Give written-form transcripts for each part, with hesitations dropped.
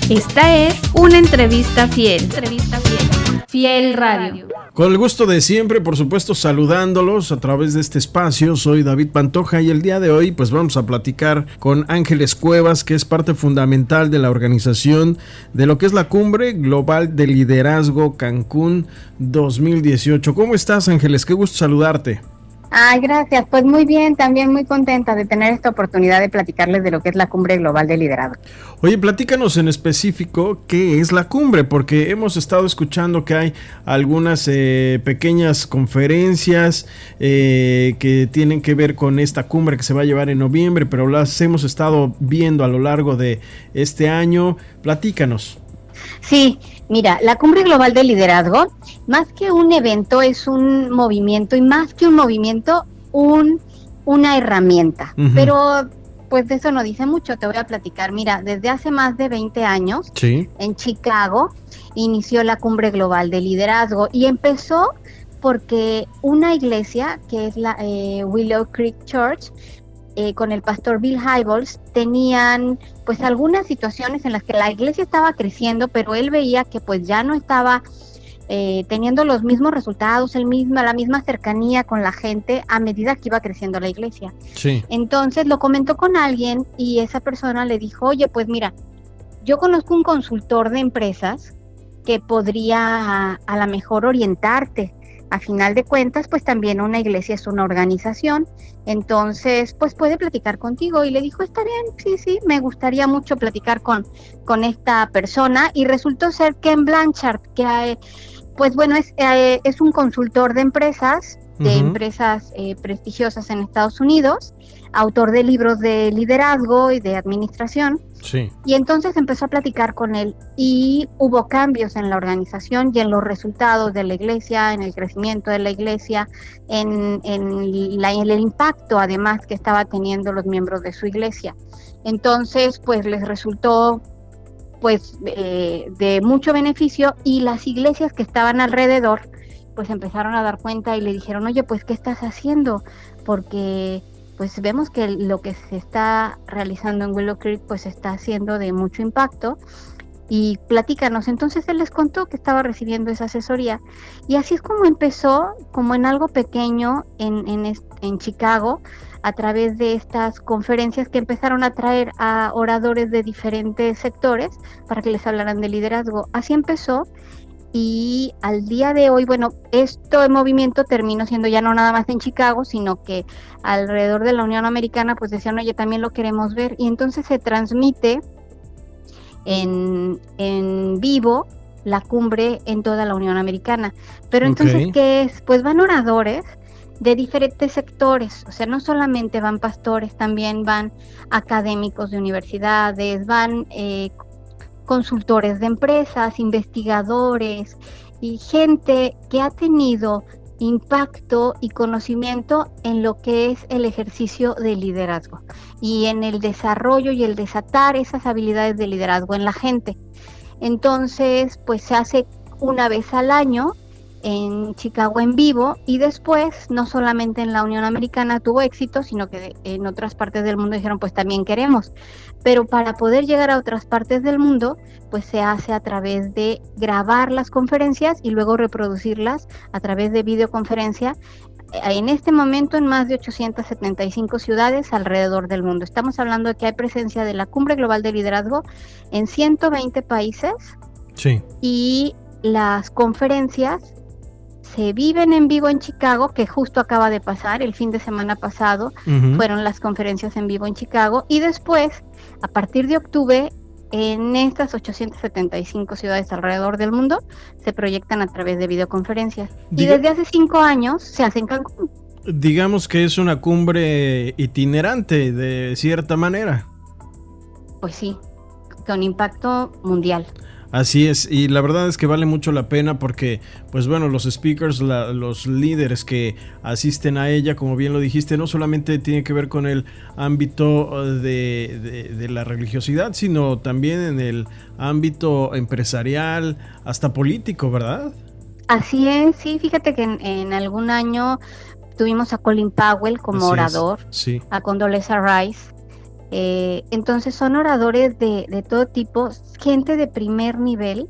Esta es una entrevista fiel. Fiel Radio. Con el gusto de siempre, por supuesto, saludándolos a través de este espacio. Soy David Pantoja y el día de hoy pues vamos a platicar con Ángeles Cuevas, que es parte fundamental de la organización de lo que es la Cumbre Global de Liderazgo Cancún 2018. ¿Cómo estás, Ángeles? Qué gusto saludarte. Ay, gracias. Pues muy bien, también muy contenta de tener esta oportunidad de platicarles de lo que es la Cumbre Global de Liderazgo. Oye, platícanos en específico qué es la cumbre, porque hemos estado escuchando que hay algunas pequeñas conferencias que tienen que ver con esta cumbre que se va a llevar en noviembre, pero las hemos estado viendo a lo largo de este año. Platícanos. Sí, mira, la Cumbre Global de Liderazgo, más que un evento, es un movimiento, y más que un movimiento, una herramienta. Uh-huh. Pero pues de eso no dice mucho, te voy a platicar. Mira, desde hace más de 20 años, sí, en Chicago, inició la Cumbre Global de Liderazgo y empezó porque una iglesia, que es la Willow Creek Church, con el pastor Bill Hybels, tenían pues algunas situaciones en las que la iglesia estaba creciendo, pero él veía que pues ya no estaba teniendo los mismos resultados, la misma cercanía con la gente a medida que iba creciendo la iglesia. Sí. Entonces lo comentó con alguien y esa persona le dijo, oye, pues mira, yo conozco un consultor de empresas que podría a lo mejor orientarte. A final de cuentas, pues también una iglesia es una organización, entonces pues puede platicar contigo. Y le dijo, está bien, sí, me gustaría mucho platicar con esta persona. Y resultó ser Ken Blanchard, que pues bueno, es un consultor de empresas, prestigiosas en Estados Unidos, autor de libros de liderazgo y de administración. Sí. Y entonces empezó a platicar con él y hubo cambios en la organización y en los resultados de la iglesia, en el crecimiento de la iglesia, en el impacto además que estaba teniendo los miembros de su iglesia. Entonces pues les resultó pues de mucho beneficio, y las iglesias que estaban alrededor pues empezaron a dar cuenta y le dijeron, oye, pues ¿qué estás haciendo? Porque pues vemos que lo que se está realizando en Willow Creek pues está haciendo de mucho impacto, y platícanos. Entonces él les contó que estaba recibiendo esa asesoría, y así es como empezó, como en algo pequeño en Chicago, a través de estas conferencias que empezaron a traer a oradores de diferentes sectores para que les hablaran de liderazgo. Así empezó. Y al día de hoy, bueno, este movimiento terminó siendo ya no nada más en Chicago, sino que alrededor de la Unión Americana pues decían, oye, también lo queremos ver, y entonces se transmite en vivo la cumbre en toda la Unión Americana. Pero entonces, ¿qué es? Pues van oradores de diferentes sectores, o sea, no solamente van pastores, también van académicos de universidades, van consultores de empresas, investigadores y gente que ha tenido impacto y conocimiento en lo que es el ejercicio de liderazgo y en el desarrollo y el desatar esas habilidades de liderazgo en la gente. Entonces, pues se hace una vez al año en Chicago en vivo, y después no solamente en la Unión Americana tuvo éxito, sino que en otras partes del mundo dijeron, pues también queremos. Pero para poder llegar a otras partes del mundo, pues se hace a través de grabar las conferencias y luego reproducirlas a través de videoconferencia, en este momento en más de 875 ciudades alrededor del mundo. Estamos hablando de que hay presencia de la Cumbre Global de Liderazgo en 120 países. Sí. Y las conferencias se viven en vivo en Chicago, que justo acaba de pasar, el fin de semana pasado, fueron las conferencias en vivo en Chicago, y después, a partir de octubre, en estas 875 ciudades alrededor del mundo, se proyectan a través de videoconferencias. Y desde hace 5 años se hace en Cancún. Digamos que es una cumbre itinerante, de cierta manera. Pues sí, con impacto mundial. Así es, y la verdad es que vale mucho la pena porque, pues bueno, los speakers, los líderes que asisten a ella, como bien lo dijiste, no solamente tiene que ver con el ámbito de la religiosidad, sino también en el ámbito empresarial, hasta político, ¿verdad? Así es, sí, fíjate que en algún año tuvimos a Colin Powell como orador, sí, a Condoleezza Rice, Entonces son oradores de todo tipo, gente de primer nivel,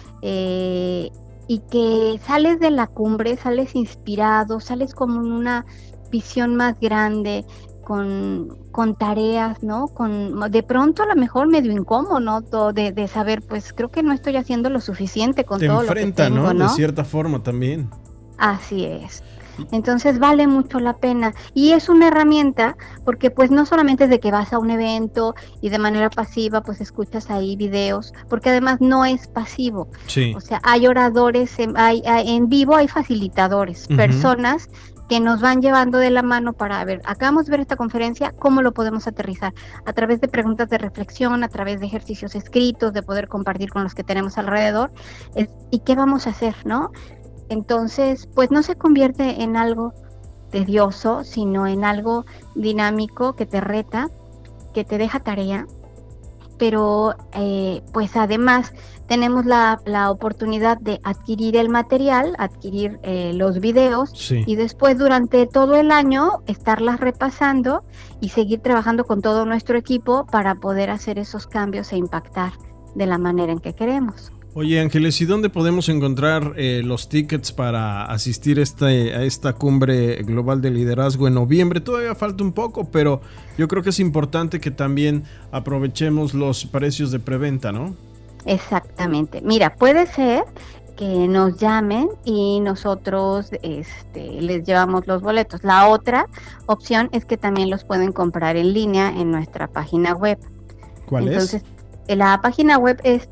y que sales de la cumbre, sales inspirado, sales como en una visión más grande, con tareas, ¿no? De pronto a lo mejor medio incómodo, ¿no? De saber, pues creo que no estoy haciendo lo suficiente con todo lo que tengo, ¿no? De cierta forma también. Así es. Entonces vale mucho la pena y es una herramienta porque pues no solamente es de que vas a un evento y de manera pasiva pues escuchas ahí videos, porque además no es pasivo. Sí. O sea, hay oradores, en vivo hay facilitadores, personas que nos van llevando de la mano para ver, acabamos de ver esta conferencia, ¿cómo lo podemos aterrizar? A través de preguntas de reflexión, a través de ejercicios escritos, de poder compartir con los que tenemos alrededor, ¿y qué vamos a hacer, no? Entonces, pues no se convierte en algo tedioso, sino en algo dinámico que te reta, que te deja tarea, pero pues además tenemos la oportunidad de adquirir el material, adquirir los videos, sí, y después durante todo el año estarlas repasando y seguir trabajando con todo nuestro equipo para poder hacer esos cambios e impactar de la manera en que queremos. Oye, Ángeles, ¿y dónde podemos encontrar los tickets para asistir a esta cumbre global de liderazgo en noviembre? Todavía falta un poco, pero yo creo que es importante que también aprovechemos los precios de preventa, ¿no? Exactamente. Mira, puede ser que nos llamen y nosotros les llevamos los boletos. La otra opción es que también los pueden comprar en línea en nuestra página web. ¿Cuál Entonces, la página web es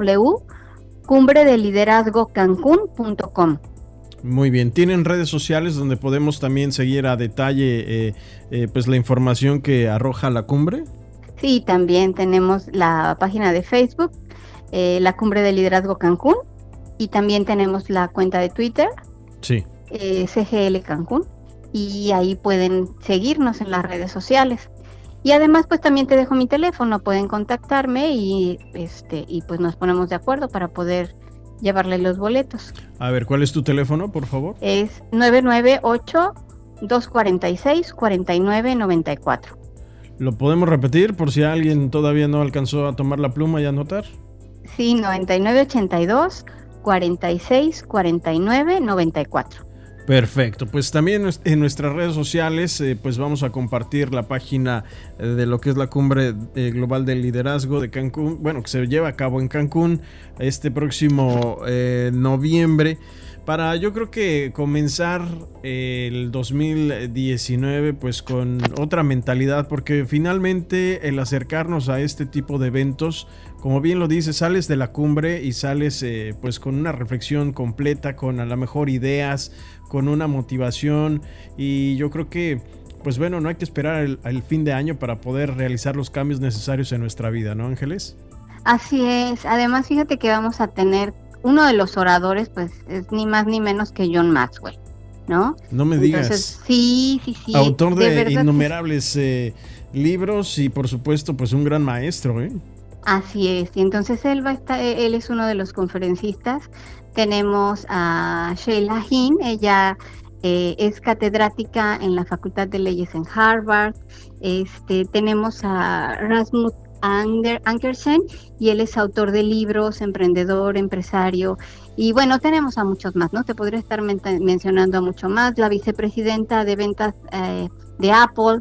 www.cumbredeliderazgocancun.com. Muy bien. ¿Tienen redes sociales donde podemos también seguir a detalle pues la información que arroja la cumbre? Sí, también tenemos la página de Facebook, la Cumbre de Liderazgo Cancún, y también tenemos la cuenta de Twitter, sí, CGL Cancún, y ahí pueden seguirnos en las redes sociales. Y además pues también te dejo mi teléfono, pueden contactarme y pues nos ponemos de acuerdo para poder llevarle los boletos. A ver, ¿cuál es tu teléfono, por favor? Es 998-246-4994. ¿Lo podemos repetir por si alguien todavía no alcanzó a tomar la pluma y anotar? Sí, 9982-46-4994. Perfecto, pues también en nuestras redes sociales pues vamos a compartir la página de lo que es la Cumbre Global del Liderazgo de Cancún, bueno, que se lleva a cabo en Cancún este próximo noviembre, para yo creo que comenzar el 2019 pues con otra mentalidad, porque finalmente el acercarnos a este tipo de eventos, como bien lo dices, sales de la cumbre y sales pues con una reflexión completa, con a lo mejor ideas, con una motivación, y yo creo que pues bueno, no hay que esperar el fin de año para poder realizar los cambios necesarios en nuestra vida, ¿no, Ángeles? Así es, además fíjate que vamos a tener uno de los oradores, pues es ni más ni menos que John Maxwell, ¿no? No me digas. Entonces, sí. Autor de innumerables libros y por supuesto pues un gran maestro, ¿eh? Así es, y entonces él es uno de los conferencistas. Tenemos a Sheila Hinn, ella es catedrática en la Facultad de Leyes en Harvard. Tenemos a Rasmus Ankersen, y él es autor de libros, emprendedor, empresario, y bueno, tenemos a muchos más, ¿no? Te podría estar mencionando a mucho más, la vicepresidenta de ventas de Apple,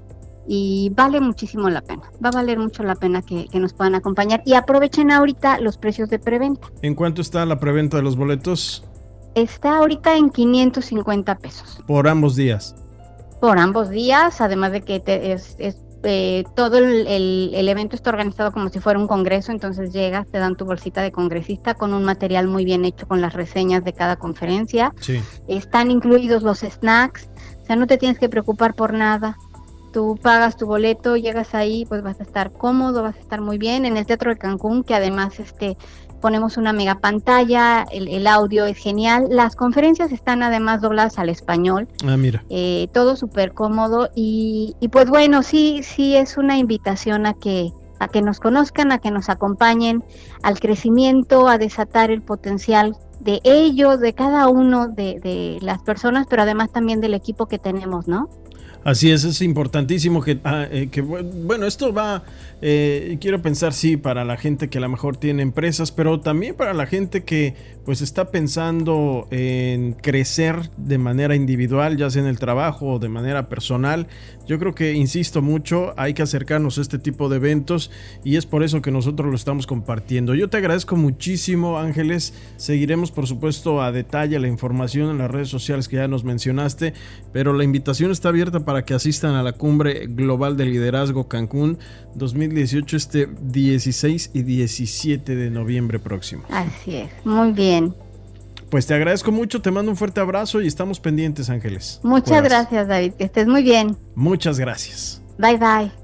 y vale muchísimo la pena, va a valer mucho la pena que nos puedan acompañar, y aprovechen ahorita los precios de preventa. ¿En cuánto está la preventa de los boletos? Está ahorita en 550 pesos. ¿Por ambos días? Por ambos días, además de que todo el evento está organizado como si fuera un congreso, entonces llegas, te dan tu bolsita de congresista con un material muy bien hecho con las reseñas de cada conferencia. Sí. Están incluidos los snacks, o sea, no te tienes que preocupar por nada. Tú pagas tu boleto, llegas ahí, pues vas a estar cómodo, vas a estar muy bien en el Teatro de Cancún, que además ponemos una mega pantalla, el audio es genial, las conferencias están además dobladas al español. Ah, mira. Todo súper cómodo y pues bueno, sí es una invitación a que nos conozcan, a que nos acompañen al crecimiento, a desatar el potencial de ellos, de cada uno de las personas, pero además también del equipo que tenemos, ¿no? Así es importantísimo que bueno, esto va, quiero pensar, sí, para la gente que a lo mejor tiene empresas, pero también para la gente que pues está pensando en crecer de manera individual, ya sea en el trabajo o de manera personal. Yo creo que, insisto mucho, hay que acercarnos a este tipo de eventos y es por eso que nosotros lo estamos compartiendo. Yo te agradezco muchísimo, Ángeles. Seguiremos, por supuesto, a detalle la información en las redes sociales que ya nos mencionaste, pero la invitación está abierta para que asistan a la Cumbre Global de Liderazgo Cancún 2018 este 16 y 17 de noviembre próximo. Así es, muy bien. Pues te agradezco mucho, te mando un fuerte abrazo y estamos pendientes, Ángeles. Muchas gracias, David, que estés muy bien. Muchas gracias. Bye, bye.